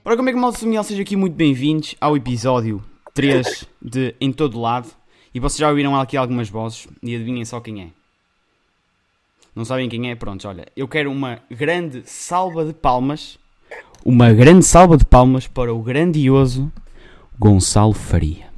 Ora, como é que mal Daniel, sejam aqui muito bem-vindos ao episódio 3 de Em Todo Lado. E vocês já ouviram aqui algumas vozes e adivinhem só quem é. Não sabem quem é? Pronto, olha, eu quero uma grande salva de palmas. Uma grande salva de palmas para o grandioso Gonçalo Faria.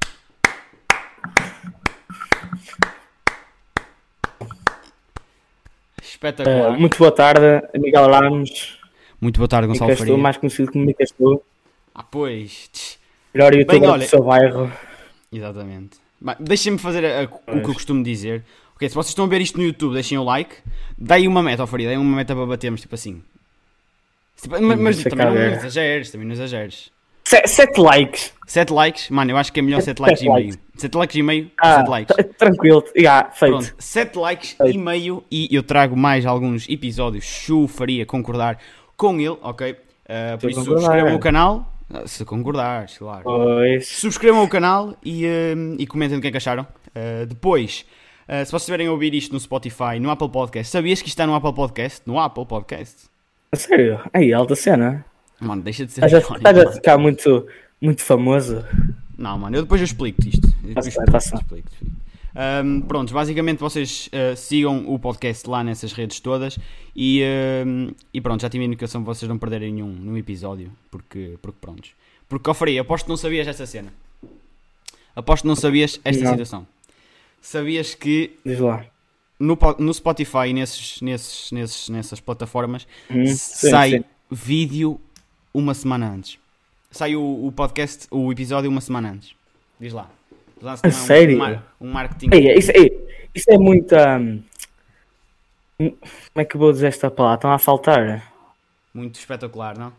Espetacular. Muito boa tarde, Miguel Ramos. Muito boa tarde, Gonçalo Faria. Mais conhecido como Micas Tu. Pois. Melhor youtuber do seu bairro. Exatamente. Deixem-me fazer o que eu costumo dizer. Ok, se vocês estão a ver isto no YouTube, deixem o like. Dai uma meta, Faria. Dai uma meta para batermos, tipo assim. Mas também não exageres. 7 likes. 7 likes? Mano, eu acho que é melhor 7 likes e meio. 7 likes e meio, 7 likes. Tranquilo, feito. Pronto, 7 likes e meio e eu trago mais alguns episódios se o Faria concordar com ele, ok? Por isso subscrevam o canal, se concordares, claro. Pois. Subscrevam o canal e comentem o que é que acharam. Depois, se vocês estiverem a ouvir isto no Spotify, no Apple Podcast, sabias que isto está no Apple Podcast? No Apple Podcast. A sério? Aí, alta cena. Mano, deixa de ser estás a ficar muito famoso. Não, mano, eu explico-te isto. Explico-te. Pronto, basicamente vocês sigam o podcast lá nessas redes todas e pronto, já tive a indicação para vocês não perderem nenhum episódio, porque pronto. Porque, Faria, aposto que não sabias esta cena. Aposto que não sabias esta situação. Sabias que Diz lá. No Spotify e nessas plataformas sai vídeo uma semana antes. Sai o podcast, o episódio uma semana antes. Diz lá. A sério? Um marketing. Isso é muito... como é que eu vou dizer esta palavra? Estão a faltar. Muito espetacular, não?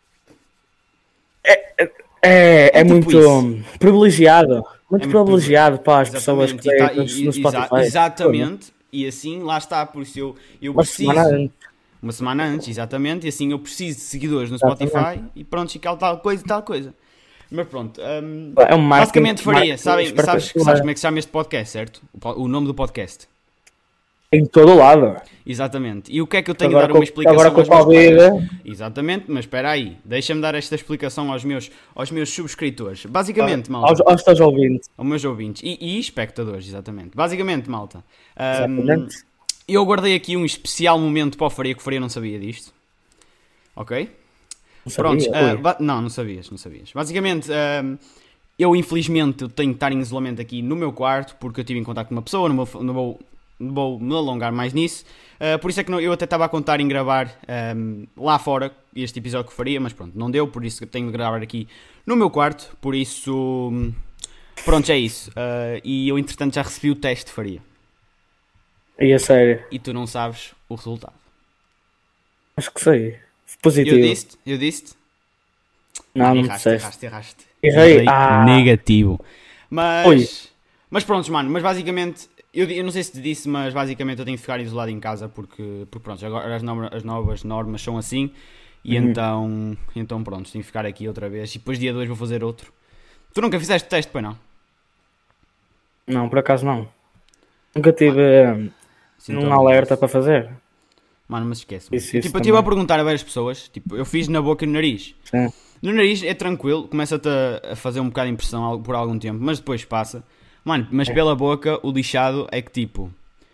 É tipo muito isso. Privilegiado. Muito privilegiado para as pessoas que têm no Spotify. Exatamente. E assim, lá está. Por isso eu preciso... Uma semana antes, exatamente. E assim eu preciso de seguidores no Spotify. E pronto, fica tal coisa. Mas pronto. É um basicamente, Faria, sabes como é que se chama este podcast, certo? O nome do podcast. Em todo o lado. Exatamente. E o que é que eu tenho de dar uma explicação agora aos meus colegas? Exatamente, mas espera aí. Deixa-me dar esta explicação aos meus subscritores. Basicamente, malta. Aos teus ouvintes. Aos meus ouvintes. E espectadores, exatamente. Basicamente, malta. Exatamente. Eu guardei aqui um especial momento para o Faria, que o Faria não sabia disto. Ok? Pronto. Não sabias. Basicamente, eu infelizmente tenho que estar em isolamento aqui no meu quarto, porque eu estive em contato com uma pessoa, não vou me alongar mais nisso. Por isso é que eu até estava a contar em gravar lá fora este episódio que faria, mas pronto, não deu, por isso que tenho de gravar aqui no meu quarto, por isso pronto, é isso. E eu entretanto já recebi o teste, Faria. E a sério? E tu não sabes o resultado. Acho que sei. Positivo. Eu disse-te? Não erraste. Errei. Negativo. Mas pronto, mano, mas basicamente eu não sei se te disse, mas basicamente eu tenho que ficar isolado em casa porque pronto, agora as novas normas são assim e então pronto, tenho que ficar aqui outra vez e depois dia 2 vou fazer outro. Tu nunca fizeste teste, pois não? Não, por acaso não. Nunca tive um alerta para fazer. Mano, mas esquece. Isso eu estive a perguntar a várias pessoas, tipo, eu fiz na boca e no nariz. Sim. No nariz é tranquilo, começa-te a fazer um bocado de impressão por algum tempo, mas depois passa. Mano, mas pela boca o lixado é que tipo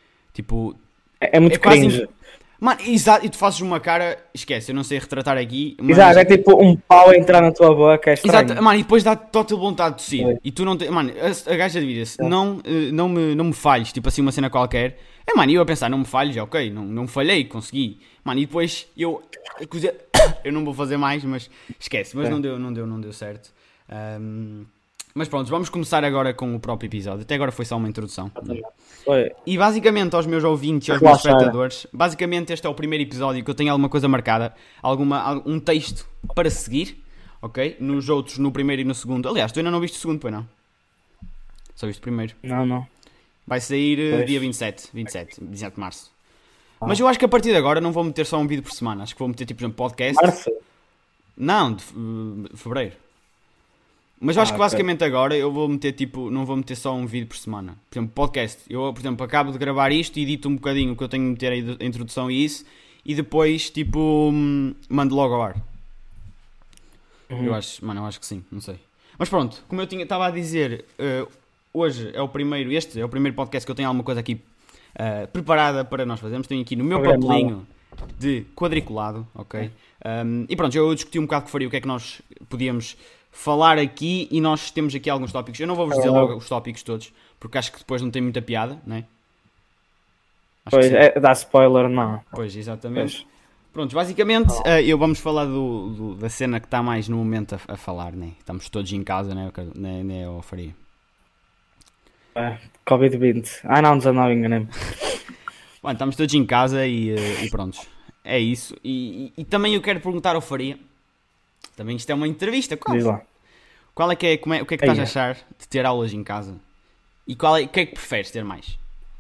é muito cringe. Mano, exato, e tu fazes uma cara, esquece, eu não sei retratar aqui. Mas... Exato, é tipo um pau a entrar na tua boca, é estranho. Exato, mano, e depois dá-te total vontade de tossir. E tu não tens, mano, a gaja devia-se, não me falhes, tipo assim, uma cena qualquer. Mano, e eu a pensar, não me falhes, ok, não falhei, consegui. Mano, e depois eu não vou fazer mais, mas esquece, mas não deu certo. Mas pronto, vamos começar agora com o próprio episódio. Até agora foi só uma introdução. E basicamente aos meus ouvintes e aos meus espectadores, basicamente este é o primeiro episódio que eu tenho alguma coisa marcada, um texto para seguir, ok? Nos outros, no primeiro e no segundo. Aliás, tu ainda não viste o segundo, pois não? Só viste o primeiro. Não. Vai sair dia 27 de março. Mas eu acho que a partir de agora não vou meter só um vídeo por semana. Acho que vou meter tipo um podcast. Março? Não, de fevereiro. Mas eu acho que basicamente agora eu vou meter tipo, não vou meter só um vídeo por semana. Por exemplo, podcast. Eu, por exemplo, acabo de gravar isto e edito um bocadinho o que eu tenho de meter aí a introdução e isso. E depois tipo, mando logo ao ar. Eu acho que sim, não sei. Mas pronto, como eu estava a dizer, hoje este é o primeiro podcast que eu tenho alguma coisa aqui preparada para nós fazermos. Tenho aqui no meu papelinho de quadriculado, ok? E pronto, eu discuti um bocado que faria o que é que nós podíamos falar aqui e nós temos aqui alguns tópicos. Eu não vou-vos dizer logo os tópicos todos, porque acho que depois não tem muita piada, não é? Pois, dá spoiler, não. Pois, exatamente. Pois. Pronto, basicamente, eu vamos falar da cena que está mais no momento a falar, né? Estamos todos em casa, né? Eu faria. Covid-20. Não, 19, enganei-me. Bom, estamos todos em casa e pronto. É isso. E também eu quero perguntar ao Faria. Também isto é uma entrevista, quase. Qual é que é, o que é que estás a achar de ter aulas em casa? E o que é que preferes ter mais?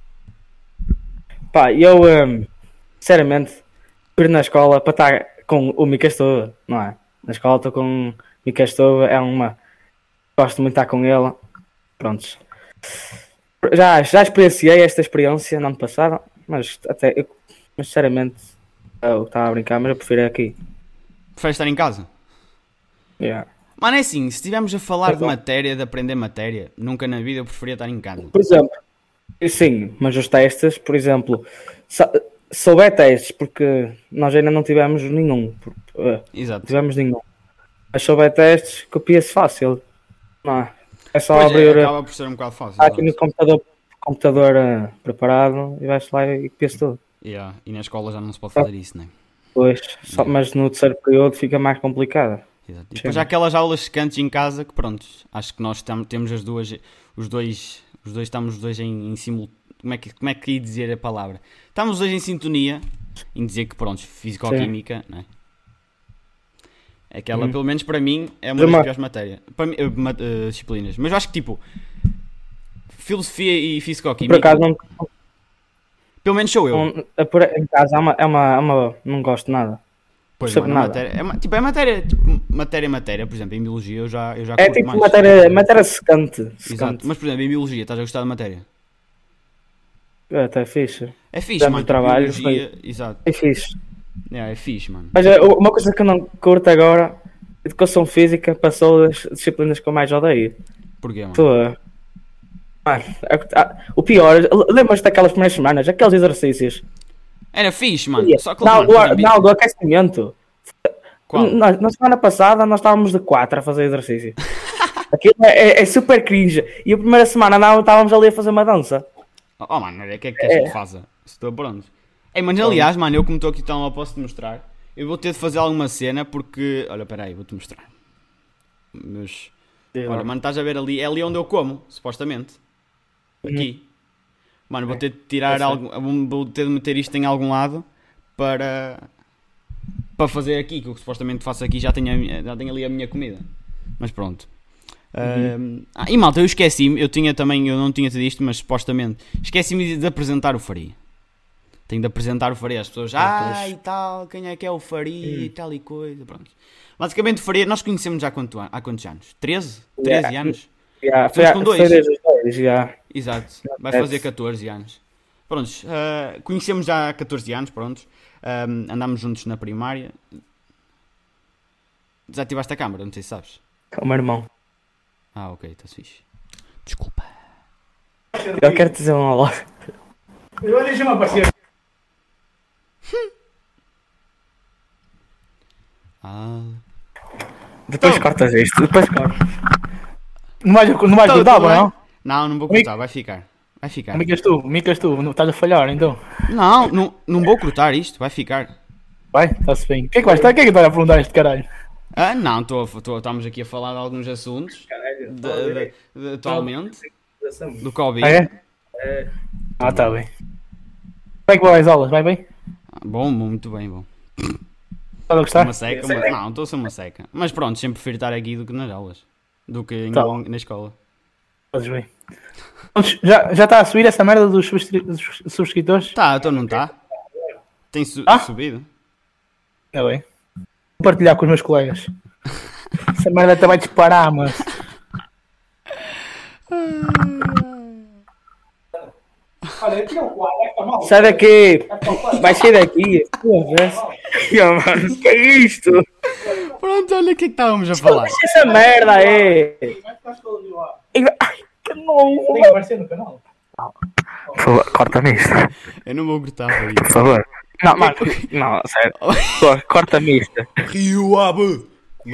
Pá, eu, sinceramente, ir na escola para estar com o Mica Estova, não é? Na escola estou com o Mica Estova, gosto muito de estar com ele. Prontos. Já experienciei esta experiência no ano passado, mas sinceramente, eu estava a brincar, mas eu prefiro aqui. Preferes estar em casa? Yeah. Mano, é assim, se estivermos a falar de matéria, de aprender matéria, nunca na vida eu preferia estar em casa. Por exemplo, sim, mas os testes, por exemplo, se houver testes, porque nós ainda não tivemos nenhum. Exato. Tivemos nenhum. Mas se houver testes, copia-se fácil. Não é? É só abrir. Acaba por ser um bocado fácil. Aqui no computador preparado e vais lá e copias tudo. Yeah. E na escola já não se pode fazer isso, não é? Pois, mas no terceiro período fica mais complicado. Exato. E depois há aquelas aulas secantes em casa que pronto, acho que nós temos os dois estamos os dois em simultâneo. Como é que ia dizer a palavra? Estamos os dois em sintonia em dizer que pronto, físico-química, não é? Aquela, pelo menos para mim, é uma das piores matérias. Disciplinas. Mas eu acho que tipo, filosofia e físico-química. Por acaso não. Pelo menos sou eu. Em casa não gosto de nada. Pois não, matéria, matéria, por exemplo, em biologia eu já é curto tipo mais. matéria secante. Exato. Mas por exemplo, em biologia estás a gostar da matéria? É até fixe. É fixe, mano. Trabalho, biologia, exato. É fixe. É fixe, mano. Mas uma coisa que eu não curto agora, educação física passou das disciplinas que eu mais odeio. Porquê, mano? O pior, lembras-te daquelas primeiras semanas, aqueles exercícios? Era fixe, mano. Só que não, do aquecimento. Na semana passada nós estávamos de 4 a fazer exercício. Aquilo é super cringe. E a primeira semana estávamos ali a fazer uma dança. Oh mano, o que é que queres que eu faça? Estou pronto. Mas aliás, mano, eu como estou aqui tão, eu posso-te mostrar. Eu vou ter de fazer alguma cena porque... Olha, peraí, vou-te mostrar. Mas... Olha, mano, estás a ver ali? É ali onde eu como, supostamente. Aqui. Mano, vou ter de tirar vou ter de meter isto em algum lado para fazer aqui, que eu supostamente faço aqui já tenho ali a minha comida. Mas pronto. E malta, eu esqueci-me, eu não tinha tido isto, mas supostamente esqueci-me de apresentar o Faria. Tenho de apresentar o Faria às pessoas. E tal, quem é que é o Faria e tal e coisa. Pronto. Basicamente o Faria, nós conhecemos já há quantos anos? 13 anos? Foi com 2. Exato, vai fazer 14 anos. Prontos, conhecemos já há 14 anos, prontos. Andámos juntos na primária. Desativaste a câmera, não sei se sabes. Com o meu irmão. Ok, está fixe. Desculpa. Eu quero te dizer um olá. Deixa-me aparecer. Depois cortas isto, depois cortas. Não vais cortar, não? Não vou cortar, vai ficar. Micas tu, não estás a falhar então. Não vou cortar isto, vai ficar. Vai, está-se bem. O que é que vais estar? O que é que estás a perguntar este caralho? Não, estamos aqui a falar de alguns assuntos de atualmente do Covid. Está bem. Como é que vai as aulas? Vai bem? Bom, muito bem, bom. Estás a gostar? Uma seca, não, estou a ser uma seca. Mas pronto, sempre prefiro estar aqui do que nas aulas. Do que na escola. Fazes bem. Já está a subir essa merda dos subscritores? Tá, então não está. Tem subido. É bem. Vou partilhar com os meus colegas. Essa merda até vai disparar, mas... Olha, aqui é o quadro, sai daqui! Vai sair daqui! Mano, que é isto? Pronto, Pronto, olha o que é que estávamos a falar. Deixa essa merda aí. Ai, que nojo. Vai aparecer no canal. Por favor, corta-me isto. Eu não vou cortar, Rui. Por favor. Não, mano, não, sério. Corta-me isto. Rio Ave.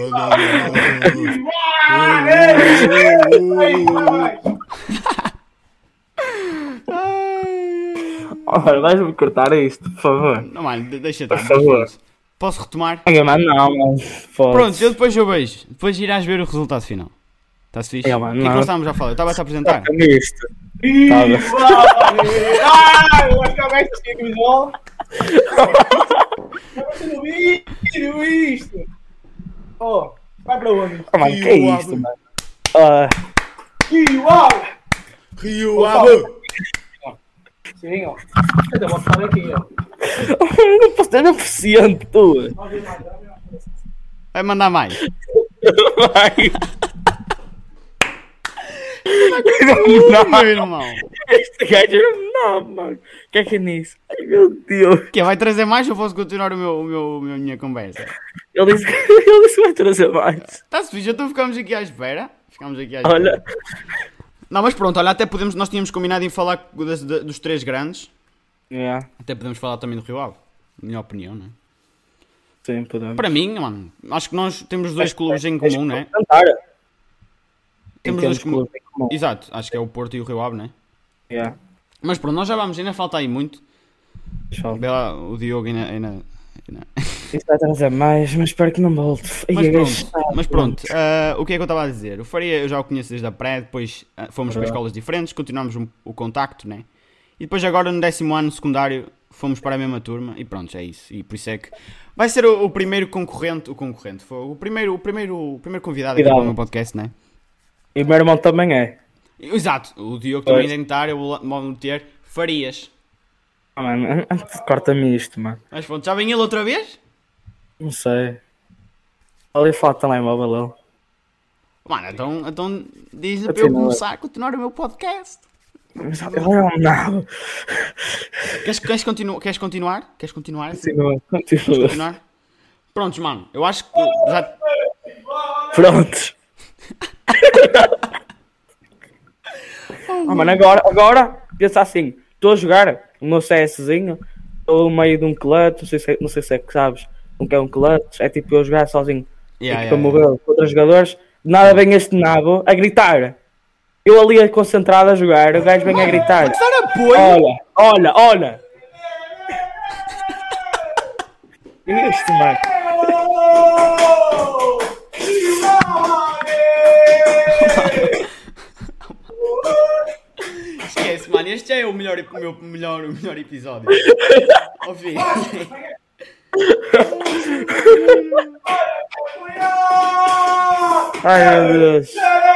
Olha, vais-me cortar isto, por favor. Não, mano, deixa estar. Por favor. Posso retomar? Ai, mano, não, mano. Pronto, eu depois vejo. Depois irás ver o resultado final. Está-se fixe? É, O mano, que é que não. nós estávamos a falar? Eu estava-te a apresentar. Corta-me isto. Eu acho que alguém assistiu o visual. No vídeo isto. Oh, vai para onde? Oh, mano, que é isto, mano? Uau! Rio Ave. Sim, ó. Eu vou falar aqui, ó. Eu não preciso, tu. Vai mandar mais. Vai. Meu irmão. Este gajo não, mano. O que é nisso? Ai, meu Deus. Que vai trazer mais ou posso continuar a minha conversa? Ele disse que vai trazer mais. Está-se fixe, então ficamos aqui à espera. Olha. Não, mas pronto, olha, até podemos, nós tínhamos combinado em falar dos três grandes. Yeah. Até podemos falar também do Rio Ave. Minha opinião, não é? Sim, podemos. Para mim, mano, acho que nós temos dois clubes em comum, não é? Temos dois clubes em comum. Exato, acho que é o Porto e o Rio Ave, não é? Yeah. Mas pronto, nós já vamos, ainda falta aí muito. Falta. Vê lá, o Diogo ainda... Isso vai trazer mais, mas espero que não volte. Mas pronto, o que é que eu estava a dizer? O Faria eu já o conheço desde a pré, depois fomos para escolas diferentes, continuamos o contacto, né? E depois agora no 10º ano secundário fomos para a mesma turma e pronto, é isso. E por isso é que vai ser o primeiro concorrente, foi o primeiro convidado aqui para o meu podcast, né? E o meu irmão também é. Exato, o Diogo também deve estar, eu vou meter Farias. Ah, mano, corta-me isto, mano. Mas pronto, já vem ele outra vez? Não sei. Ali fala telemóvel ele. Mano, então diz-lhe para eu começar a continuar o meu podcast. Mas agora não. Queres continuar? Queres continuar? Continua. Prontos, mano, eu acho que já... Prontos. Mano, agora pensa assim, estou a jogar o meu CSzinho, estou no meio de um clutch, não sei se é que sabes o que é um clutch, é tipo eu jogar sozinho, para morrer com outros jogadores, de nada vem este nabo a gritar, eu ali concentrado a jogar, o gajo vem a gritar, olha, isto, mano. Esquece, mano, este já é o melhor episódio. Ó filho. Ai meu Deus.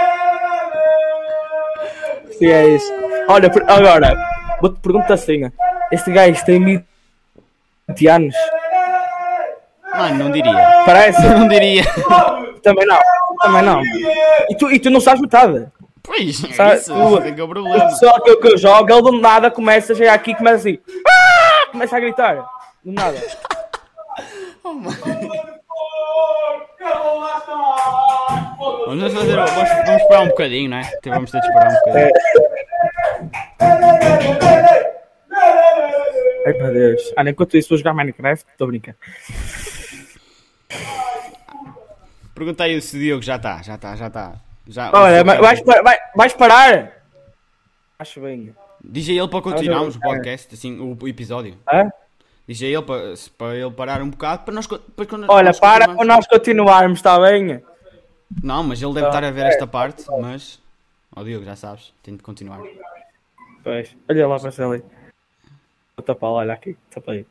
Se é isso. Olha, agora, vou-te perguntar assim: este gajo tem 20 anos? Mano, não diria. Parece? Não diria. Também não. E tu não sabes metade. Pois, Sabe, isso é que é o problema. Só que eu jogo, ele do nada começa a chegar aqui e começa assim. Começa a gritar. Do nada. Oh, mano. Vamos esperar um bocadinho, não é? Vamos ter de esperar um bocadinho. Ai meu Deus. Enquanto isso vou jogar Minecraft, estou brincando. Pergunta aí se o Diogo já está. Olha, vais parar? Acho bem. Diz a ele para continuarmos o podcast, assim, o episódio. Hã? Diz a ele para ele parar um bocado para nós. Olha, para nós continuarmos, está bem? Não, mas ele deve estar a ver esta parte, mas... Ó Diogo, já sabes, tenho de continuar. Pois, olha lá para você ali. Vou tapar, olha aqui, tapa aí.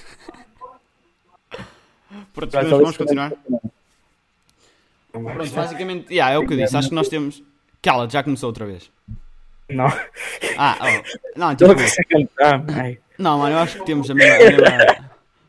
Pronto, vamos continuar. Pronto, basicamente, é o que eu disse, acho que nós temos... Cala, já começou outra vez. Não. Não, então... Não, mano, eu acho que temos a mesma...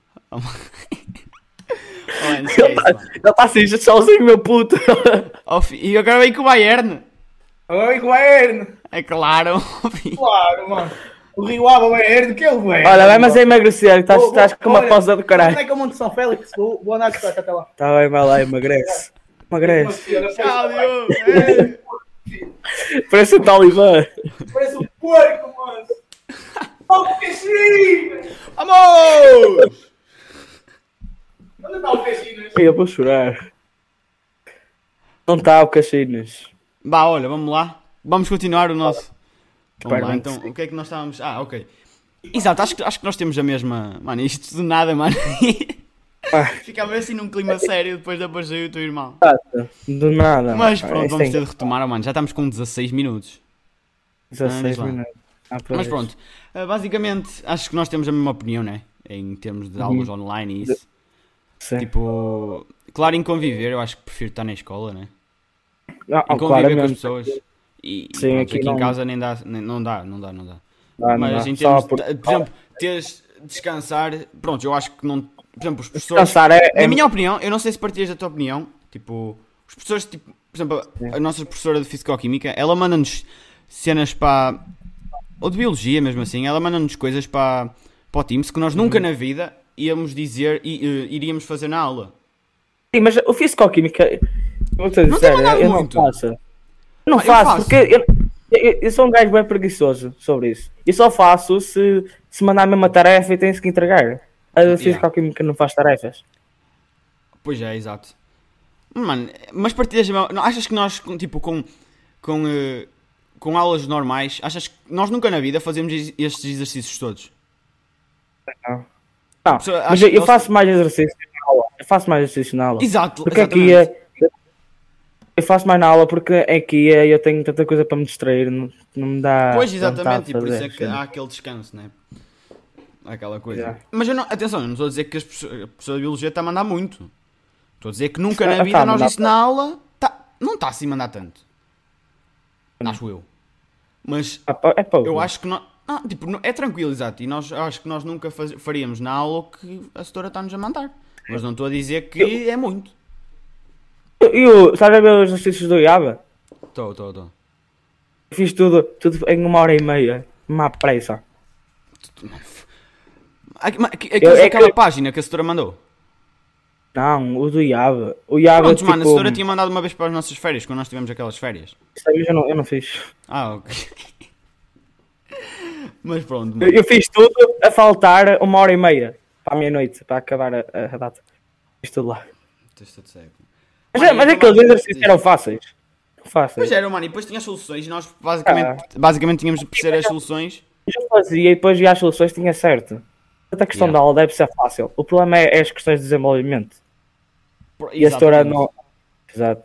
Mano, ele está assim, sozinho, meu puto. E agora vem com o Bayern. Agora vem com o Bayern. É claro. Claro, mano. O Rio Aba vai erguer do que ele vai. Olha, vai, mas é emagrecer, estás com uma pausa do caralho. Onde é que eu monto São Félix? Vou andar com até lá. Tá bem, vai lá, emagrece. Tchau, Diogo. Parece um talibã. Parece um porco, mano. Oh, o peixinho! Vamos! Onde está o peixinho? Eu vou chorar. Não está o Caxinas. Bah, olha, vamos lá. Vamos continuar o nosso. Vamos lá, Espero então, que sim. o que é que nós estávamos... Ah, ok. Exato, acho que nós temos a mesma... Mano, isto do nada, mano. Ah, Ficava assim num clima sério depois de aparecer o teu irmão. do nada. Mas pá, pronto, isto vamos tem ter de retomar, mano. Já estamos com 16 minutos. 16 diz lá. minutos. Pois. Mas pronto, basicamente acho que nós temos a mesma opinião, né? Em termos de aulas online e isso. Sim. Tipo, claro, em conviver, eu acho que prefiro estar na escola, né? Ah, Em conviver com as claramente. pessoas. E Sim, pronto, aqui aqui não- em casa nem dá, não dá. Ah, não Mas dá. em Só termos, por exemplo, teres descansar, pronto, eu acho que não. Por exemplo, os professores. Descansar Na minha opinião, eu não sei se partilhas da tua opinião, tipo, os professores, tipo, por exemplo, a nossa professora de Fisicoquímica, ela manda-nos cenas para. Ou de Biologia mesmo assim, ela manda-nos coisas para o Teams que nós nunca na vida íamos dizer e iríamos fazer na aula. Sim, mas o Fisicoquímica, vou-te Não tem dizer, mandado eu muito. não faço. Não Ah, eu faço, faço. porque eu sou um gajo bem preguiçoso sobre isso. E só faço se mandar a mesma tarefa e tem-se que entregar. A Fisicoquímica não faz tarefas. Pois é, exato. Mano, mas partilhas a mesma. Não, achas que nós, tipo, com aulas normais, achas que nós nunca na vida fazemos estes exercícios todos? Não, Acho mas que eu nós- faço mais exercício na aula. Eu faço mais exercício na aula. Exato, Porque exatamente. aqui eu faço mais na aula porque aqui eu tenho tanta coisa para me distrair, não me dá. Pois, vontade exatamente, de e por isso fazer, é que sim. há aquele descanso, né? Aquela coisa. Yeah. Mas eu não, atenção, eu não estou a dizer que a professora de Biologia está a mandar muito. Estou a dizer que nunca Está na a vida nós mandar isso na aula não está assim a mandar tanto. Acho eu. Mas É pouco. eu acho que não, tipo, é tranquilo, exato. E eu acho que nós nunca faríamos na aula o que a setora está-nos a mandar. Mas não estou a dizer que é muito. Sabe a ver os exercícios do IABA? Estou. Fiz tudo em 1h30. Uma pressa. Aquilo é aquela página que a setora mandou. Não, o do IABA. O IABA, Prontos, tipo, mano, a setora tinha mandado uma vez para as nossas férias, quando nós tivemos aquelas férias. sabes, eu não fiz. Ah, ok. Mas pronto, mano. Eu fiz tudo a faltar 1h30 para a meia-noite, para acabar a data. Fiz tudo lá. Estou tudo cego. Mas, Mano, mas eu aqueles também- exercícios eram fáceis. Fáceis. Pois era, mano, e depois tinha as soluções e nós basicamente tínhamos de perceber as soluções. Eu fazia e depois ia às soluções tinha certo. A questão Yeah. da aula deve ser fácil. O problema é as questões de desenvolvimento. E a setora Exatamente. não. Exato.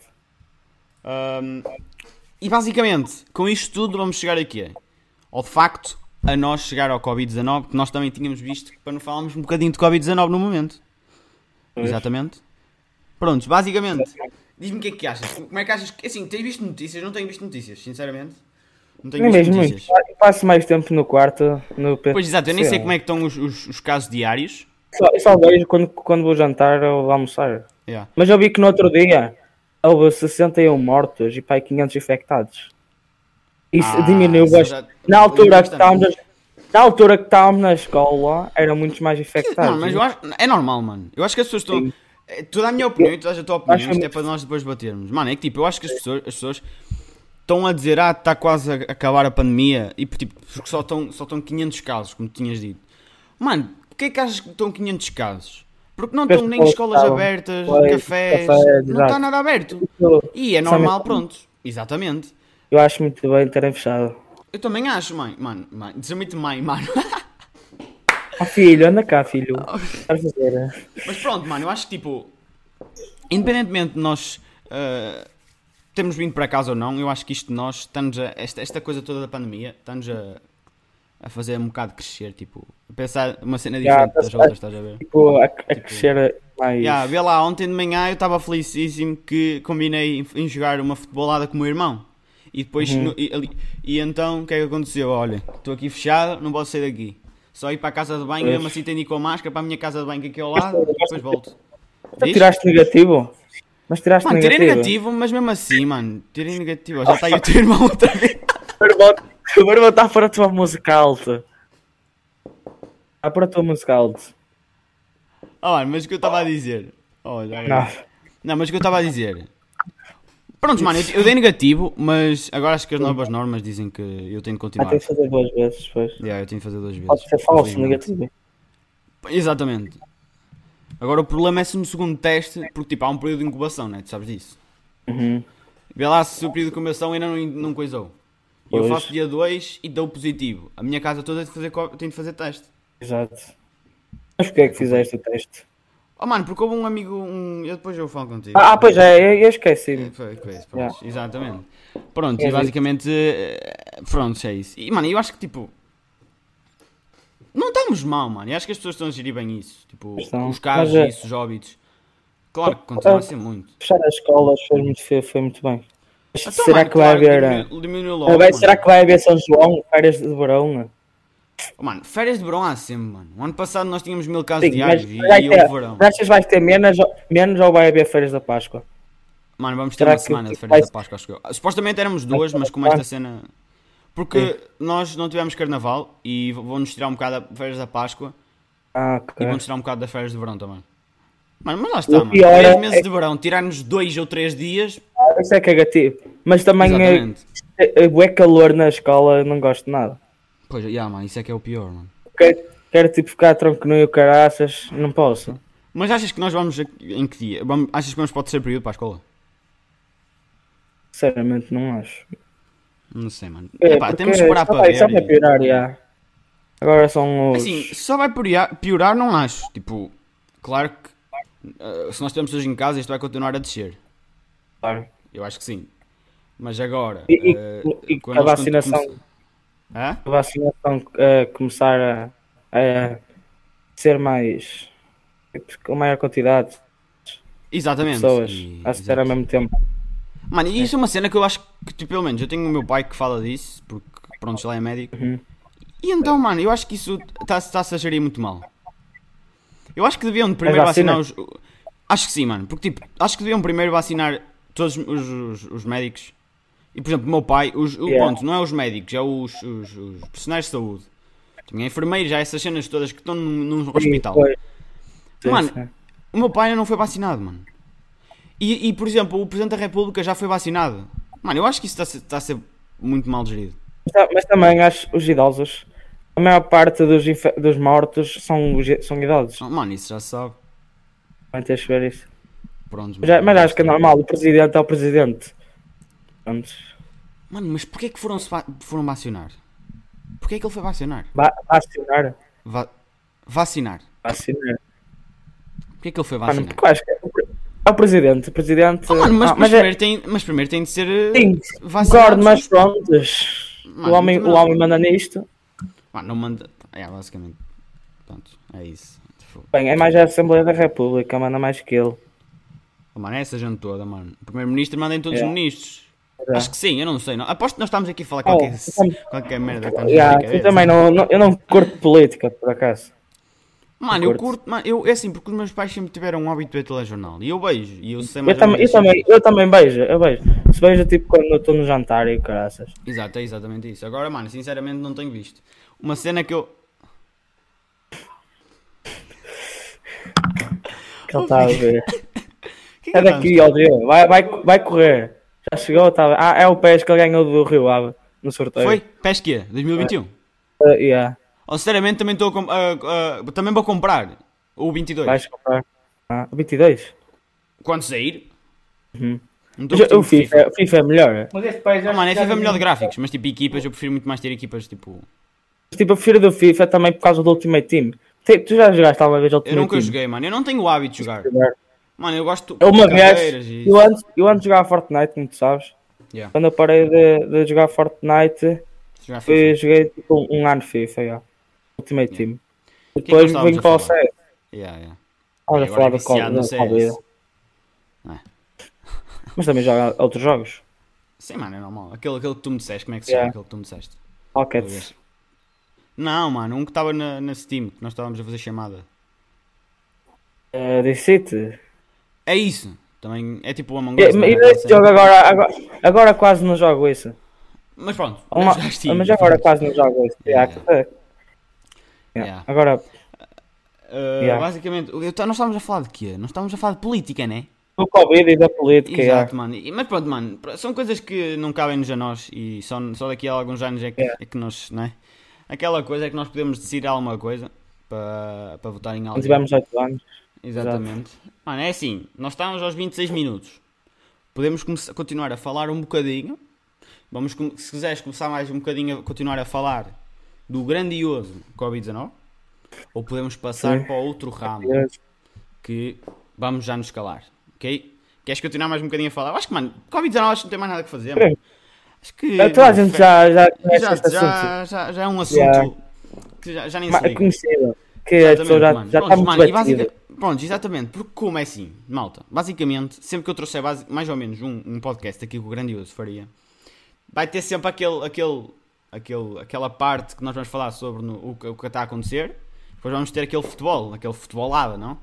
E basicamente, com isto tudo, vamos chegar aqui. Ao de facto, a nós chegar ao Covid-19, que nós também tínhamos visto, para não falarmos um bocadinho de Covid-19 no momento. Pois. Exatamente. Prontos, basicamente, diz-me o que é que achas. Como é que achas que. Assim, tens visto notícias? Não tenho visto notícias, sinceramente. Não tenho Nem visto mesmo notícias. muito. Eu passo mais tempo no quarto. No PC. Pois exato, eu nem sei como é que estão os casos diários. Eu só vejo quando vou jantar ou almoçar. Yeah. Mas eu vi que no outro dia houve 61 mortos e pai 500 infectados. Isso diminuiu isso bastante. já- Na altura que bastante. estávamos na escola, eram muitos mais infectados. Mano, mas eu acho. É normal, mano. Eu acho que as pessoas estão. Toda a minha opinião e toda a tua opinião, acho isto é muito- para nós depois batermos. Mano, é que tipo, eu acho que as pessoas estão a dizer, está quase a acabar a pandemia e tipo, porque só estão 500 casos, como tinhas dito. Mano, porquê é que achas que estão 500 casos? Porque não Porque as estão nem pessoas escolas estavam- abertas, Pois, cafés, cafés, não está exato. nada aberto. E é Só normal, mesmo- pronto. Exatamente. Eu acho muito bem terem fechado. Eu também acho, mano. Dizer-me mãe, mano. Oh filho, anda cá, filho. Quero fazer. Mas pronto, mano, eu acho que tipo, independentemente de nós termos vindo para casa ou não, eu acho que isto de nós, estamos esta coisa toda da pandemia, estamos a fazer um bocado crescer, tipo, a pensar uma cena diferente das outras, estás a ver? Tipo, a crescer mais. Vê lá, ontem de manhã eu estava felicíssimo que combinei em jogar uma futebolada com o meu irmão. E depois, e então, o que é que aconteceu? Olha, estou aqui fechado, não posso sair daqui. Só ir para a casa de banho, Pois. mesmo assim tenho de ir com a máscara para a minha casa de banho que aqui ao lado, e depois volto. Então Diz? tiraste negativo? Mas tiraste Mano, negativo. tirei negativo, mas mesmo assim, mano, tirei negativo. Já está aí o teu irmão outra vez. O meu irmão está para a tua música alta. para a tua música alto. Mano, mas o que eu estava a dizer. Não. Não, mas o que eu estava a dizer. Pronto, mano, eu dei negativo, mas agora acho que as novas normas dizem que eu tenho de continuar. Tem que fazer 2 vezes depois. Eu tenho de fazer 2 vezes. Pode ser falso, infelizmente. negativo. Exatamente. Agora o problema é se no segundo teste, porque tipo há um período de incubação, né? Tu sabes disso. Uhum. Vê lá se o período de incubação ainda não coisou. Eu Pois. faço dia 2 e dou positivo. A minha casa toda tem de fazer teste. Exato. Mas porquê é que fizeste o teste? Mano, porque houve um amigo. Depois eu falo contigo. Pois é, eu esqueci-me. Foi isso, pronto. Yeah. Exatamente. Pronto, É e basicamente. Pronto, é isso. E mano, eu acho que tipo. Não estamos mal, mano. Eu acho que as pessoas estão a gerir bem isso. Tipo, Estão. os casos Mas, e isso, os óbitos. Claro que continua a ser muito. Fechar as escolas foi muito bem. Mas Então, será mano, que vai claro, haver. diminuiu logo, Será mano. que vai haver São João, férias de verão? Mano, férias de verão há sempre, mano. O ano passado nós tínhamos 1000 casos Sim, diários mas e vai houve ter, verão. achas que vais ter menos ou vai haver férias da Páscoa? Mano, vamos ter Será uma que semana de vai férias da ser- Páscoa, acho que eu. Supostamente éramos 2, ser mas com uma esta cena. Porque nós não tivemos carnaval e vão-nos tirar um bocado das férias da Páscoa e Ok. vão-nos tirar um bocado das férias de verão também. Mano, mas lá está, O mano. pior 3 é- meses de verão, tirar-nos 2 ou 3 dias. Isso é cagativo. Mas também Exatamente. é calor na escola, não gosto de nada. Pois, mano, isso é que é o pior, mano. Quero tipo ficar tranquilo e caraças, não posso. Mas achas que nós vamos em que dia? Achas que vamos para o terceiro período para a escola? Sinceramente, não acho. Não sei, mano. Porque Temos que esperar só para vai, ver. Só vai piorar, já. Agora são os... Assim, só vai piorar, não acho. Tipo, claro que se nós temos hoje em casa, isto vai continuar a descer. Claro. Eu acho que sim. Mas agora. E quando a nós vacinação, Hã? a vacinação começar a ser mais... com maior quantidade de Exatamente. pessoas E- a ser ao mesmo tempo. Mano, e isso é uma cena que eu acho que, tipo, pelo menos, eu tenho o meu pai que fala disso, porque, pronto, ele é médico. Uhum. E então, mano, eu acho que isso está-se a gerir muito mal. Eu acho que deviam primeiro vacina? vacinar os... Acho que sim, mano, porque, tipo, acho que deviam primeiro vacinar todos os médicos. E, por exemplo, o meu pai, pronto, não é os médicos, é os profissionais de saúde. Tinha enfermeiros, já essas cenas todas que estão num hospital. Sim, Mano, sim. o meu pai ainda não foi vacinado, mano. E, por exemplo, o Presidente da República já foi vacinado. Mano, eu acho que isso está a ser muito mal gerido. Mas também acho os idosos, a maior parte dos mortos são idosos. Oh, mano, isso já se sabe. Vai ter que ver isso. Pronto, Mas acho que é normal, o presidente é o presidente. Pronto. Mano, mas porquê que foram vacinar? Porquê que ele foi vacinar? Vacinar. Vacinar. Vacinar. Porquê que ele foi Mano, vacinar? porque eu acho que é o presidente. O presidente. Oh, mano, mas primeiro tem de ser sim, vacinado. concordo, mas pronto. Mano, O homem manda nisto. Mano, não manda. Basicamente. Pronto, é isso. Bem, é mais a Assembleia da República, manda mais que ele. Oh, mano, é essa gente toda, mano. O primeiro-ministro manda em todos os ministros. É. Acho que sim, eu não sei. Não. Aposto que nós estamos aqui a falar Oh, qualquer merda. Eu também eu não curto política, por acaso. Mano, eu curto. Mano, é assim, porque os meus pais sempre tiveram um hábito de ver telejornal. E eu vejo. E eu sei mais ou menos. Eu também vejo. Se vejo tipo quando eu estou no jantar e caraças. Exato, é exatamente isso. Agora, mano, sinceramente não tenho visto. Uma cena que eu. Que ele está a ver. Que que É daqui, ó Deus. Vai correr. Já chegou, tá. É o PES que ele ganhou do Rio Ave no sorteio. Foi? Pesquia, 2021. Yeah. Oh, sinceramente também estou também vou comprar o 22. Vais comprar. 22. Quando sair. Uhum. Não estou O FIFA é melhor. Mas esse país Oh, mano, é FIFA melhor de gráficos, mas tipo equipas, eu prefiro muito mais ter equipas tipo. Tipo, eu prefiro do FIFA também por causa do Ultimate Team. Tu já jogaste alguma vez Ultimate Eu Team? nunca joguei, mano. Eu não tenho o hábito de jogar. Mano, eu gosto Eu uma de vez, carreiras e isso. eu antes de jogar Fortnite, como tu sabes, Yeah. quando eu parei de jogar Fortnite, Jogar FIFA. joguei tipo um ano FIFA, yeah. Ultimate Yeah. Team. O que é que Depois nós vim para o estávamos a CS. Yeah, yeah. Olha, E agora falar é do viciado no CS. Covid. É. Mas também joga outros jogos. Sim, mano, é normal. Aquele que tu me disseste, como é que se Yeah. chama aquele que tu me disseste? Rockets. Não, mano, um que estava na Steam, que nós estávamos a fazer chamada. The City. É isso. Também é tipo o Among E Us. não é? esse jogo agora quase não jogo isso. Mas pronto, Mas agora quase não jogo isso. Yeah. Yeah. Agora, Yeah. Basicamente, nós estávamos a falar de quê? Nós estávamos a falar de política, né? do Covid e da política, Exato, mano. Mas pronto, mano, são coisas que não cabem-nos a nós e só daqui a alguns anos é que nós, não é? Aquela coisa é que nós podemos decidir alguma coisa para votar em quando algo. tivemos 8 anos. Exatamente. Mano, é assim, nós estamos aos 26 minutos. Podemos continuar a falar um bocadinho. Se quiseres começar mais um bocadinho a continuar a falar do grandioso Covid-19, ou podemos passar para outro ramo que vamos já nos calar, ok? Queres continuar mais um bocadinho a falar? Acho que, mano, Covid-19 acho que não tem mais nada a fazer, mano. Acho que... Toda a gente já conhece Exato, este assunto. já é um assunto que já nem se É liga. conhecido. Que as pessoas já está muito batido. Pronto, exatamente, porque como é assim, malta, basicamente, sempre que eu trouxer mais ou menos um podcast aqui que o grandioso faria, vai ter sempre aquela parte que nós vamos falar sobre o que está a acontecer, depois vamos ter aquele futebolada, não?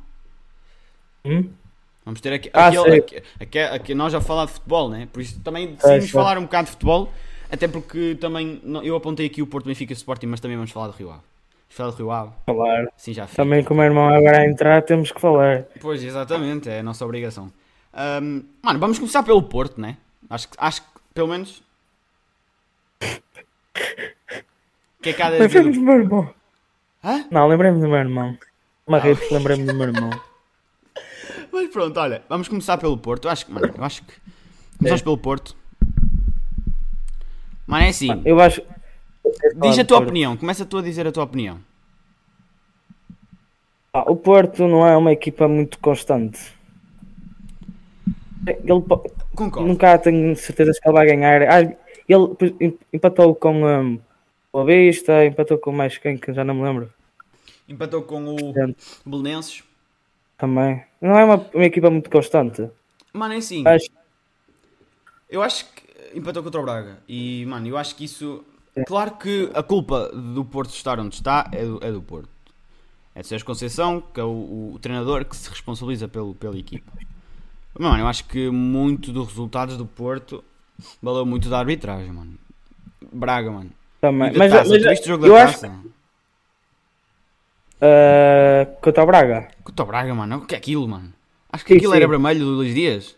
Vamos ter aqui nós a falar de futebol, né? Por isso também decidimos falar um bocado de futebol, até porque também eu apontei aqui o Porto, Benfica e Sporting, mas também vamos falar de Rio Ave. Falar de Rio Ave. Falar. Sim, já fiz. Também como o meu irmão agora a entrar, temos que falar. Pois, exatamente, é a nossa obrigação. Mano, vamos começar pelo Porto, né? Acho que pelo menos... O que é que há de dizer? Lembrei-me do meu irmão. Hã? Não, lembrei-me do meu irmão. Lembrei-me do meu irmão. Mas pronto, olha, vamos começar pelo Porto. Eu acho que começamos pelo Porto. Mano, é assim. Eu acho... Diz a tua opinião, começa tu a dizer a tua opinião. O Porto não é uma equipa muito constante. Concordo. Nunca tenho certeza que ele vai ganhar. Ele empatou com o Avista, empatou com mais quem, que já não me lembro. Empatou com o Belenenses. Também. Não é uma equipa muito constante. Mano, é assim. Eu acho que empatou contra o Braga. E, mano, eu acho que isso... Claro que a culpa do Porto estar onde está é do Porto. É de Sérgio Conceição, que é o treinador que se responsabiliza pela equipa. Mas, mano, eu acho que muito dos resultados do Porto valeu muito da arbitragem, mano. Braga, mano. Também. Mas tu viste o jogo da taça? Contra o Braga. Contra o Braga, mano. O que é aquilo, mano? Acho que aquilo era vermelho do Luís Dias.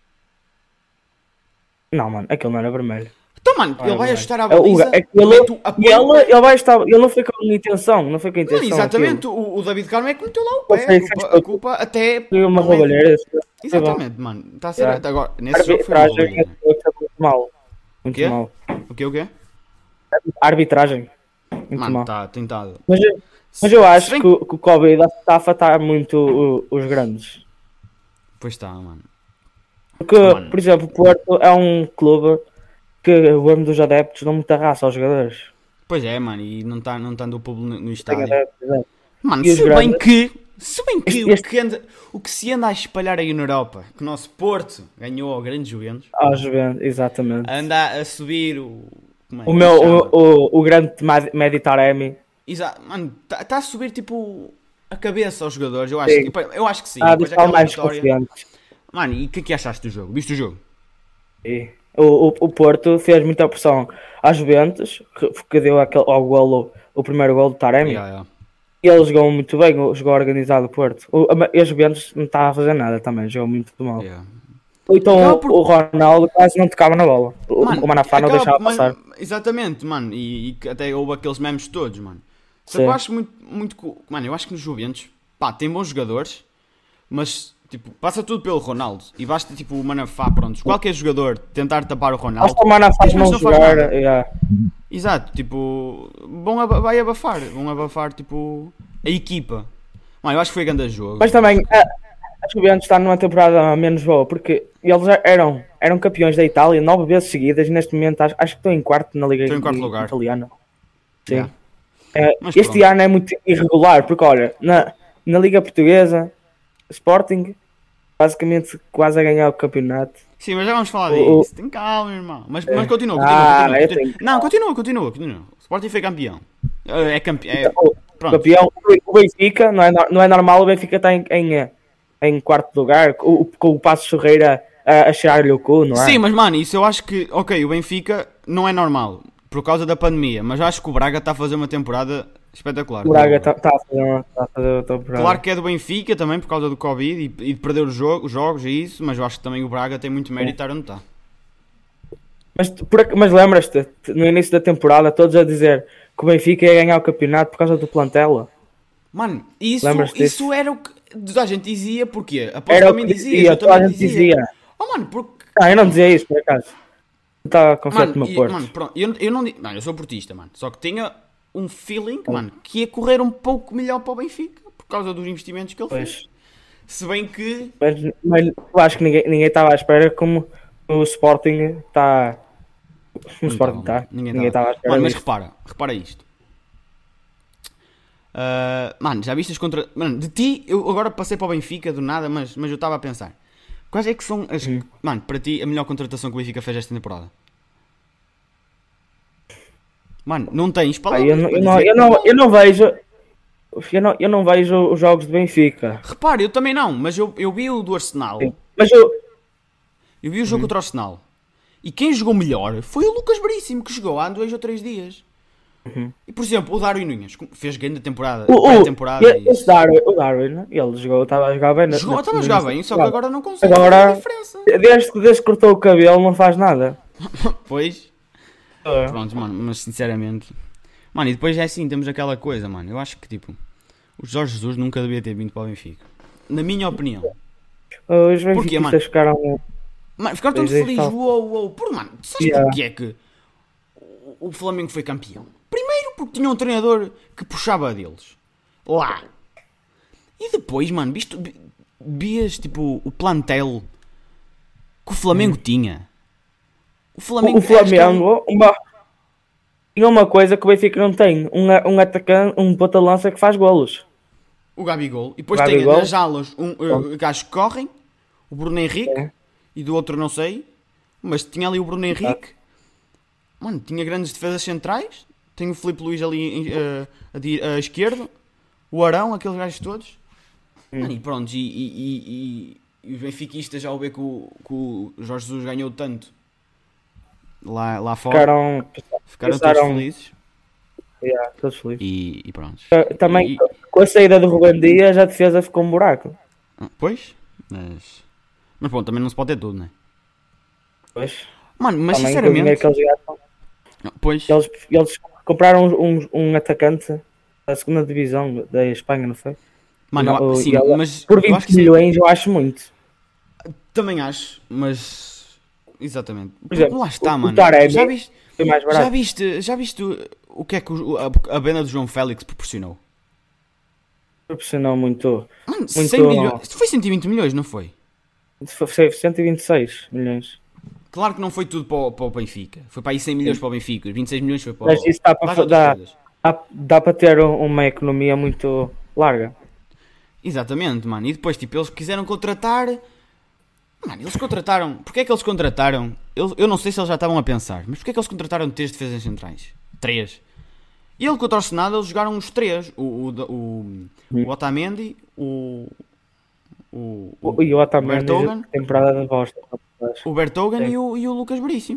Não, mano, aquilo não era vermelho. Então, mano, ele vai ajustar a baliza. Ele vai estar. Ele não foi com intenção. Não foi com intenção. Não, exatamente. O David Carmo é que meteu lá o pé. A culpa até. Foi uma roubalheira. Exatamente, mano. Está a ser. Agora, nesse jogo foi uma roubalheira. Muito mal. Muito mal. O quê? A arbitragem. Muito mano, mal. Está tentado. Mas eu acho que o Covid está a afetar muito os grandes. Pois está, mano. Porque, por exemplo, o Porto é um clube que o ano dos adeptos não muita raça aos jogadores. Pois é, mano, e não está o povo no estádio. Adeptos, mano, se bem que o que se anda a espalhar aí na Europa, que o nosso Porto ganhou ao grande Juventus. Ao Juventus, exatamente. Anda a subir o grande Meditaremi. Exato, mano, está a subir tipo a cabeça aos jogadores, eu acho que sim. Depois mais confiantes. Mano, e o que achaste do jogo? Viste o jogo? Sim. O Porto fez muita pressão à Juventus, que deu o primeiro golo do Taremi. E ele jogou muito bem, jogou organizado o Porto. E a Juventus não estava a fazer nada também, jogou muito mal. Então o Ronaldo quase não tocava na bola. O Manafá não deixava passar. Exatamente, mano. E até houve aqueles memes todos, mano. Só que eu acho muito... Mano, eu acho que nos Juventus, tem bons jogadores, mas... Tipo, passa tudo pelo Ronaldo e basta tipo o Manafá, pronto, qualquer jogador tentar tapar o Ronaldo. Basta o Manafá não jogar. Exato, tipo, vai abafar tipo a equipa. Mano, eu acho que foi grande jogo. Mas também a Juventus está numa temporada menos boa porque eles eram campeões da Itália 9 vezes seguidas e neste momento acho que estão em quarto na Liga Italiana. Sim. Este ano é muito irregular porque olha, na Liga Portuguesa, Sporting basicamente quase a ganhar o campeonato. Sim, mas já vamos falar disso. Tem calma, irmão. Mas continua. Não, continua. O Sporting foi campeão. É campeão. Campeão. O Benfica, não é normal o Benfica estar em quarto lugar, com o Passos Ferreira a cheirar-lhe o cu, não é? Sim, mas mano, isso eu acho que, ok, o Benfica não é normal, por causa da pandemia, mas eu acho que o Braga está a fazer uma temporada Espetacular. O Braga está a fazer o top Braga. Claro que é do Benfica também por causa do Covid e de perder os jogos e isso, mas eu acho que também o Braga tem muito mérito estar onde está. Mas lembras-te, no início da temporada, todos a dizer que o Benfica ia ganhar o campeonato por causa do plantel? Mano, isso era o que toda a gente dizia, porquê? Após Era o também que dizia, eu toda a também gente dizia. Oh mano, porque... Eu não dizia isso, por acaso. Eu estava confiante no meu Porto. Mano, pronto, eu não, eu sou portista, mano, só que tinha um feeling, mano, que ia correr um pouco melhor para o Benfica, por causa dos investimentos que ele fez. Se bem que... Mas eu acho que ninguém estava à espera como o Sporting está... O Sporting está. Ninguém estava à espera. Mano, mas repara isto. Mano, já viste as contra... Mano, de ti, eu agora passei para o Benfica do nada, mas eu estava a pensar. Quais é que são as... Mano, para ti, a melhor contratação que o Benfica fez esta temporada? Mano, não tens palavras. Eu não vejo... Eu não vejo os jogos do Benfica. Repara, eu também não, mas eu vi o do Arsenal. Sim. Mas eu vi o jogo contra o Arsenal. E quem jogou melhor foi o Lucas Veríssimo, que jogou há 2 ou 3 dias. E por exemplo, o Darwin Nunes fez grande temporada. Esse Darwin, ele jogou, estava a jogar bem. Estava a jogar bem, só que agora não consegue fazer a diferença. Desde que cortou o cabelo, não faz nada. Pois. Pronto, mano, mas sinceramente. Mano, e depois é assim, temos aquela coisa, mano. Eu acho que tipo, o Jorge Jesus nunca devia ter vindo para o Benfica. Na minha opinião. Os benfiquistas ficaram. Mano, ficaram todos felizes. Mano, sabes porquê é que o Flamengo foi campeão? Primeiro porque tinha um treinador que puxava deles. Lá. E depois, mano, vias tipo o plantel que o Flamengo tinha. O Flamengo tinha uma coisa que o Benfica não tem. Um atacante, um ponta-lança que faz golos. O Gabigol. E depois tem nas alas gajos que correm. O Bruno Henrique. E do outro não sei. Mas tinha ali o Bruno Henrique. Mano, tinha grandes defesas centrais. Tem o Filipe Luís ali à esquerda. O Arão, aqueles gajos todos. Mano, e pronto. E os benfiquistas já o ver que o Jorge Jesus ganhou tanto lá fora. Ficaram todos felizes. Todos felizes. E pronto. Também com a saída do Rubem Dias a defesa ficou um buraco. Pois, mas bom, também não se pode ter tudo, não é? Pois. Mano, mas também sinceramente... Que pois. Eles compraram um atacante da segunda divisão da Espanha, não foi? Mano, sim, mas... Por 20 milhões eu acho muito. Também acho, mas... Exatamente. Por exemplo, lá está, mano. Já viste? Foi mais barato. Já viste o que é que a venda do João Félix proporcionou? Proporcionou muito... Mano, 100 milhões. Foi 120 milhões, não foi? Foi 126 milhões. Claro que não foi tudo para o Benfica. Foi para aí 100 milhões para o Benfica. 26 milhões foi para o... Mas isso dá para ter uma economia muito larga. Exatamente, mano. E depois, tipo, eles quiseram contratar... Mano, eles contrataram... Porquê é que eles contrataram... Eu não sei se eles já estavam a pensar, mas porquê é que eles contrataram 3 defesas centrais? 3. E ele contra o Senado, eles jogaram os 3. O Otamendi, o Otamendi, temporada de bosta. O Vertonghen e o Lucas Veríssimo.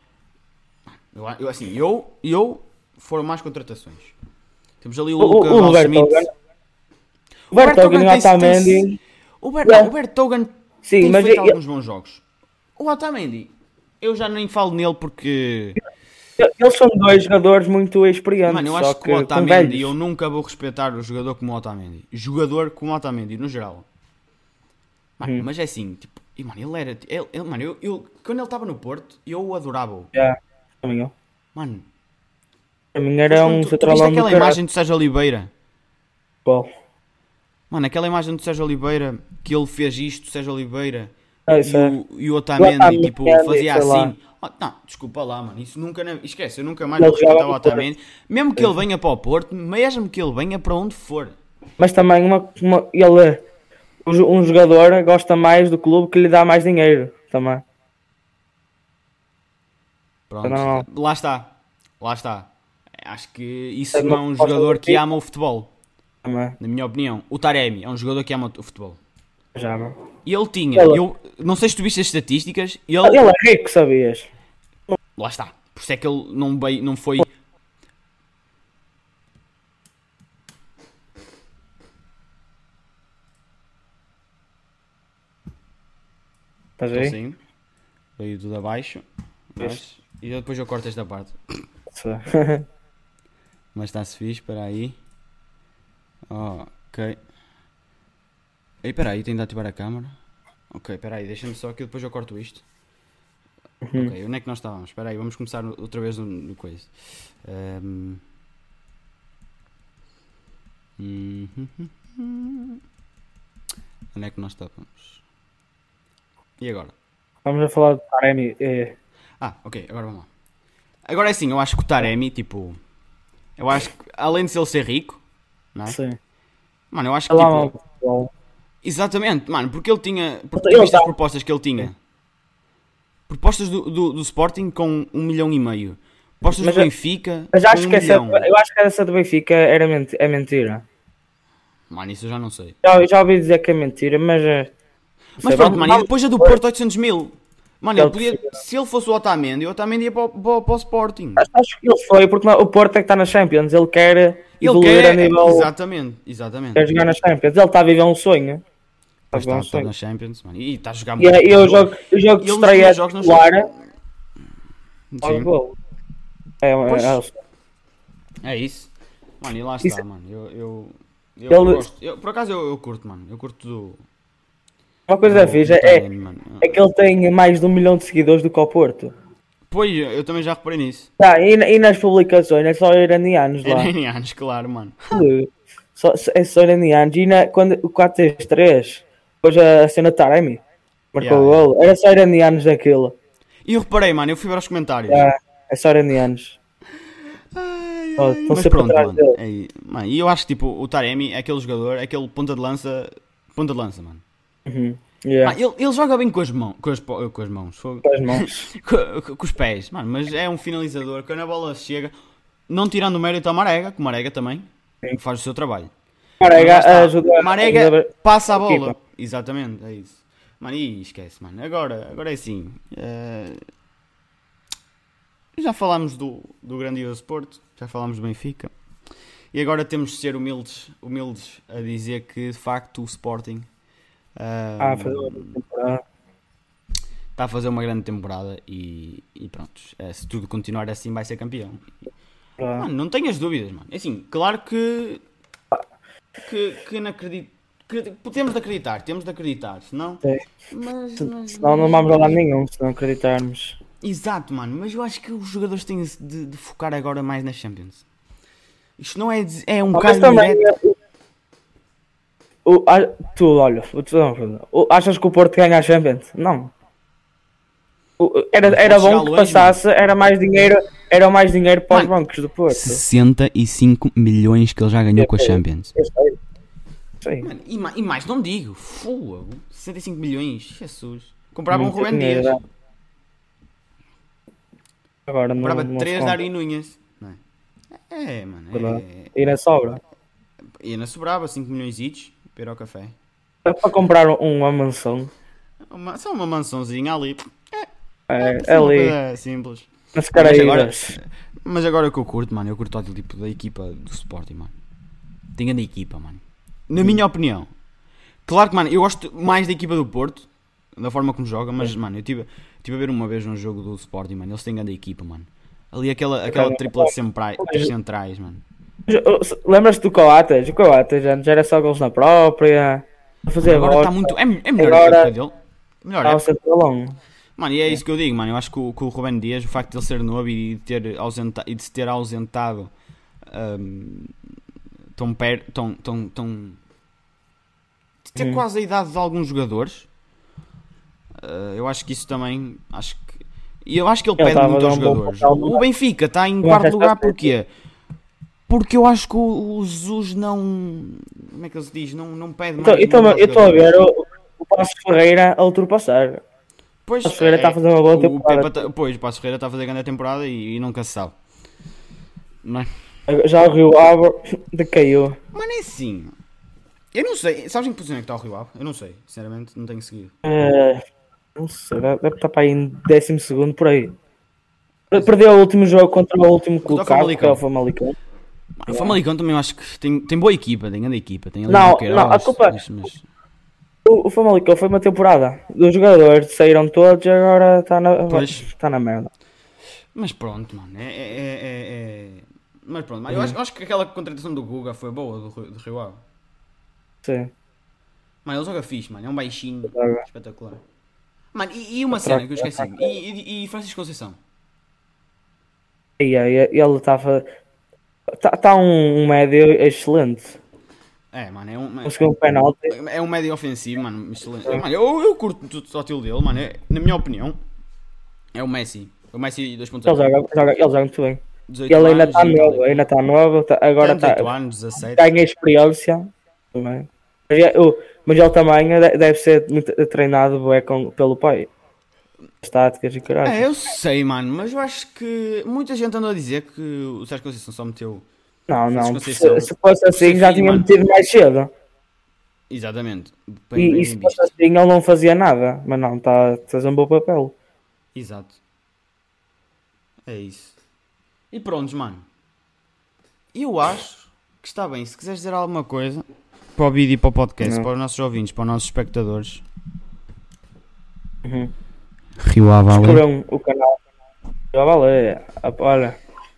Eu foram mais contratações. Temos ali o Lucas Schmidt. O Vertonghen e o Otamendi. O Vertonghen tem feito alguns bons jogos. O Otamendi, eu já nem falo nele porque... Eles são 2 jogadores muito experientes. Mano, eu acho que o Otamendi, eu nunca vou respeitar o jogador como o Otamendi. Jogador como o Otamendi, no geral. Mano, mas é assim, tipo... E, mano, ele era... Mano, quando ele estava no Porto, eu o adorava. Também eu. Mano... Para mim era um centralão do aquela imagem do Sérgio Oliveira? Qual? Mano, aquela imagem do Sérgio Oliveira, que ele fez isto, Sérgio Oliveira, e o Otamendi, tipo, fazia assim... não, desculpa lá, mano, isso nunca... Esquece, eu nunca mais vou respeitar o Otamendi. Mesmo que ele venha para o Porto, mesmo que ele venha para onde for. Mas também ele... Um jogador gosta mais do clube que lhe dá mais dinheiro, também. Pronto, lá está. Acho que isso não é um jogador que ama o futebol. Na minha opinião. O Taremi é um jogador que ama o futebol. Já não. E ele tinha... Eu não sei se tu viste as estatísticas. Ele é rico, sabias? Lá está. Por isso é que ele não foi... Estás Estou aí? sim. Veio tudo abaixo. Mas... E depois eu corto esta parte. Mas está-se fixe, espera aí. Ok. Ei, espera aí, tenho de ativar a câmera. Ok, espera aí, deixa-me só que depois eu corto isto. Ok, onde é que nós estávamos? Espera aí, vamos começar outra vez no coisa. Onde é que nós estávamos? E agora? Vamos a falar do Taremi. Ok, agora vamos lá. Agora é assim, eu acho que o Taremi, tipo... Eu acho que, além de ele ser rico, não é? Sim. Mano, eu acho que, Lá no tipo... futebol. Exatamente, mano, porque ele tinha... Porque Ele tu viste as tá- propostas que ele tinha? Propostas do Sporting com 1,5 milhão. Propostas Mas do eu- Benfica Mas com acho 1 que milhão. eu acho que essa do Benfica é mentira. Mano, isso eu já não sei. Já ouvi dizer que é mentira, mas. Mas pronto, mano, e depois a do Porto 800 mil. Mano, ele Ele podia... Se ele fosse o Otamendi ia para o Sporting. Acho que ele foi, porque o Porto é que está na Champions. Ele quer Ele evoluir quer... a nível. Exatamente. Quer jogar na Champions. Ele está a viver um sonho. Pois a viver um está sonho. na Champions, mano. E está a jogar E muito. o jogo de E ele nos estreia primeiros jogos não titular. Sim. Gol. Pois. É, É isso. Mano, e lá Isso- está, mano. Eu Ele- gosto. Por acaso eu curto, mano. Eu curto do... uma coisa fixe Otamendi, mano. é que ele tem mais de 1 milhão de seguidores do que o Porto. Pois, eu também já reparei nisso. Tá, e nas publicações é só iranianos lá. É anos, claro, mano. É só iranianos. E quando o 4-3, depois a cena Taremi marcou o Yeah. gol, era só iranianos daquilo. E eu reparei, mano. Eu fui ver os comentários. É só iranianos. Estão Mas sempre pronto, atrás mano. dele. Mano. E eu acho que tipo, o Taremi é aquele jogador, é aquele ponta de lança, mano. Uhum. Yeah. Ele joga bem com as mãos, com as mãos, fogo. Com as mãos. com os pés, mano. Mas é um finalizador, quando a bola chega, não tirando o mérito ao Marega, que o Marega também faz o seu trabalho. Marega Mas lá está. ajuda. Marega passa a bola. equipa. Exatamente, é isso. Mano, e esquece, mano. Agora é assim. Já falámos do grandioso Porto, já falámos do Benfica. E agora temos de ser humildes a dizer que de facto o Sporting Fazer outra temporada. está a fazer uma grande temporada e pronto. Se tudo continuar assim vai ser campeão. Mano, não tenhas dúvidas, mano. É assim, claro que não acredito. Temos de acreditar, senão. Sim. Mas Senão não vamos a lado nenhum, se não acreditarmos. Exato, mano, mas eu acho que os jogadores têm de focar agora mais na Champions. Isto não é. É um Mas bocado também, direto. tu, olha, vou-te fazer uma pergunta. Achas que o Porto ganha a Champions? Não. Era Pode bom chegar que longe, passasse, era mais dinheiro para os Mano, bancos do Porto. 65 milhões que ele já ganhou com a Champions. Eu sei. Sei. Mano, e mais não digo. Fogo. 65 milhões. Jesus. Comprava um Muito Rubén dinheiro, Dias. é. Agora não. Comprava não 3 se Darwin Núñez. Não é? Mano. Verdade. E na sobra. E ainda sobrava 5 milhões each para ir ao café. É para comprar uma mansão. Só uma mansãozinha ali. É Uma ali. coisa simples. Nas Agora, Caraíbas. mas agora o que eu curto, mano, eu curto todo tipo da equipa do Sporting, mano. Tem grande equipa, mano. Na minha opinião. Claro que, mano, eu gosto mais da equipa do Porto, da forma como joga, mas, mano, eu tive a ver uma vez um jogo do Sporting, mano. Eles têm grande equipa, mano. Ali aquela tripla de centrais, mano. Lembras-te do Coates? O Coates já era só gols na própria. A fazer Agora gols. está muito. É melhor Agora- a época dele. Melhor Estava época. sempre longo. Mano, e é isso que eu digo, mano. Eu acho que o Rubén Dias, o facto de ele ser novo e de se ter ausentado tão perto, de ter quase a idade de alguns jogadores, eu acho que isso também. E eu acho que ele Ele pede estava muito a aos dar um bom jogadores. papel no- O Benfica está em no quarto Manchester lugar City. porquê? Porque eu acho que o Jesus não. Como é que ele se diz? Não pede mais. Eu muito aos estou a jogadores. ver o Passos Ferreira a ultrapassar. Pois, Passos Ferreira está a fazer uma boa o temporada. Pepa pois, o Passos Ferreira está a fazer grande temporada e nunca se sabe. Não é? Já o Rio Ave decaiu. Mano, é assim. Eu não sei. Sabes em que posição é que está o Rio Ave? Eu não sei. Sinceramente, não tenho seguido. Não sei, deve estar para aí em 12º por aí. Perdeu o último jogo contra o último colocado, que é o Famalicão. O Famalicão também eu acho que tem boa equipa, tem grande equipa. Tem ali Não, o Queiroz, não, a culpa- mas- O Famalicão foi uma temporada. Os jogadores saíram todos e agora está Pois. na merda. Mas pronto, mano. Mas pronto, mas eu acho que aquela contratação do Guga foi boa do Rio Ave. Sim. Mano, ele joga fixe, mano. É um baixinho Joga. espetacular. Mano, e uma cena que eu esqueci. E Francisco Conceição? E aí, ele estava. Está um médio excelente. É, mano, Conseguiu um penalti. é um médio ofensivo, mano. Excelente. Mano, eu curto o estilo dele, mano. Na minha opinião, é o Messi. O Messi 2.0. Ele joga muito bem. 18 Ele ainda anos, está e tal, novo, agora tem está. 18 anos, 17. Ganha experiência. Também. Mas ele também deve ser muito treinado pelo pai. As táticas e caralho. É, eu sei, mano, mas eu acho que muita gente andou a dizer que o Sérgio Conceição só meteu. Não, Conceição, se fosse assim já filho, tinha mano. metido mais cedo. Exatamente. E se fosse assim ele não fazia nada. Mas não, está a fazer um bom papel. Exato. É isso. E prontos, mano. Eu acho que está bem. Se quiseres dizer alguma coisa para o vídeo e para o podcast, Não. para os nossos ouvintes, para os nossos espectadores. Uhum. Rio Ave. Escrevam o canal. Já vale. Olha.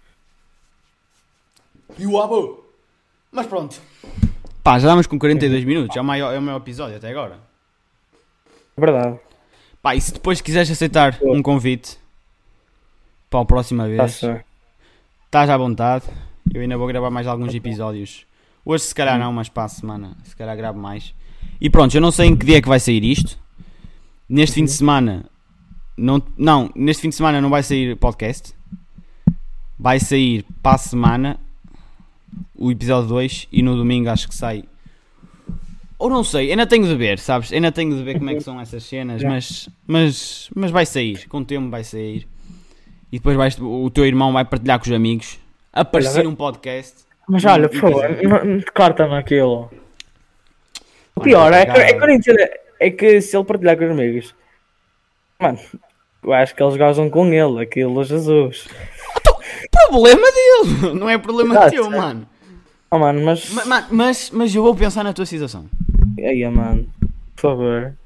Rio Ave. Mas pronto. Pá, já damos com 42 minutos. É o maior episódio até agora. Verdade. Pá, e se depois quiseres aceitar um convite para a próxima vez, estás à vontade. Eu ainda vou gravar mais alguns episódios. Hoje se calhar não, mas para a semana se calhar gravo mais. E pronto, eu não sei em que dia é que vai sair isto. Neste fim de semana neste fim de semana não vai sair podcast. Vai sair para a semana o episódio 2 e no domingo acho que sai. Ou não sei, ainda tenho de ver, sabes? Ainda tenho de ver como é que são essas cenas, mas vai sair, com o tempo vai sair. E depois o teu irmão vai partilhar com os amigos, aparecer num podcast. Mas olha, por favor, não corta-me aquilo. O pior é que eu não entendo, é que se ele partilhar com os amigos, mano, eu acho que eles gozam com ele, aquilo, Jesus. Problema dele, não é problema teu, mano. Oh, mano, mas eu vou pensar na tua situação. Aí, mano, por favor.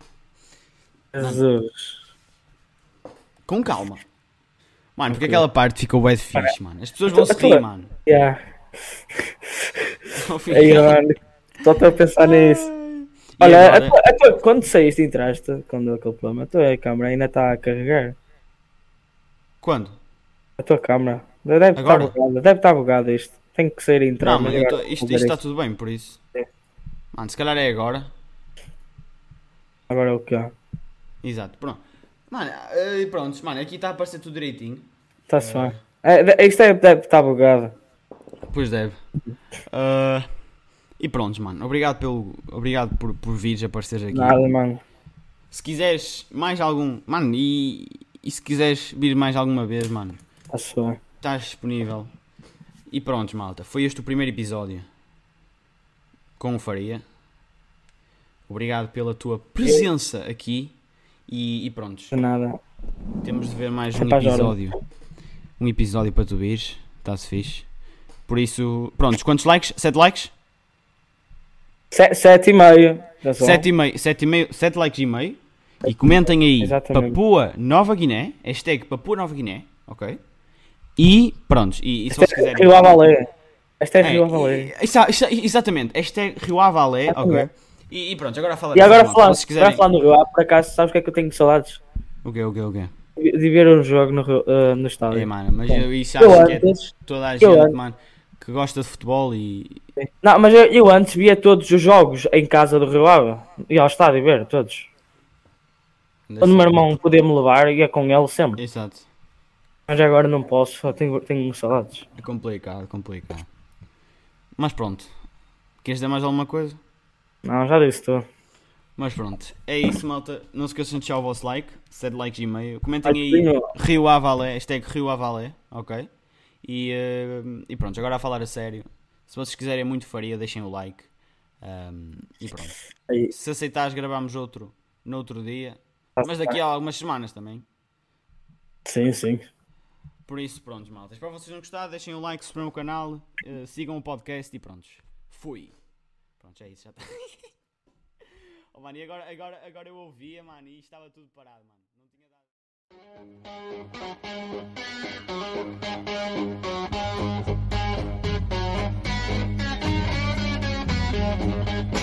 Jesus. Com calma. Mano, porque aquela parte ficou bem fixe, mano. As pessoas vão se rir, mano. Yeah. Aí, mano, só estou a pensar nisso. Olha, quando saíste e entraste, quando aquele problema, a tua câmera ainda está a carregar. Quando? A tua câmera. Deve estar bugada isto. Tem que sair e entrar. Não, mas isto está tudo bem, por isso. É. Mano, se calhar é agora. Agora é o que há. Exato, pronto. Mano, pronto, mano, aqui está a aparecer tudo direitinho. Está-se bem. Isto deve estar bugado. Pois deve. E pronto, mano. Obrigado por vires aparecer aqui. Nada, mano. Se quiseres mais algum. Mano, e se quiseres vir mais alguma vez, mano, Está-se bem. estás disponível. E pronto, malta. Foi este o primeiro episódio com o Faria. Obrigado pela tua presença aqui. E pronto. De nada. Temos de ver mais um episódio. Um episódio para tu vires. Está-se fixe. Por isso, pronto. Quantos likes? 7 likes? 7,5. 7 likes e meio. E comentem aí. Exatamente. Papua Nova Guiné. Hashtag Papua Nova Guiné. Ok? E pronto. E se vocês quiserem. Rio Avalé. Esta é Rio Avalé. Exatamente. Hashtag Rio Avalé. Ok? E pronto. Agora fala. E agora quiserem... falando do Rio Ave, por acaso, sabes o que é que eu tenho de saudades? O quê? De ver um jogo no estádio. É, mano. Mas isso acho que é toda a gente, mano, que gosta de futebol e... Não, mas eu antes via todos os jogos em casa do Rio Ave. Ia ao estádio ver, todos. Quando o meu irmão podia me levar, ia com ele sempre. Exato. Mas agora não posso, só tenho saudades. É complicado. Mas pronto. Queres dizer mais alguma coisa? Não, já disse tu. Mas pronto. É isso, malta. Não se esqueçam de deixar o vosso like. 7 likes e meio. Comentem aí Rio Avalé. Hashtag Rio Avalé. Ok? E pronto. Agora a falar a sério. Se vocês quiserem muito Faria, deixem o like. E pronto. Se aceitares, gravamos outro no outro dia. Mas daqui a algumas semanas também. Sim. Por isso, pronto, malta. Espero que vocês tenham gostado. Deixem o like, subscrevam o canal. Sigam o podcast e pronto. Fui. Pronto, já é isso. Já está. Oh, mano, e agora eu ouvia, mano, e estava tudo parado, mano. Não tinha dado.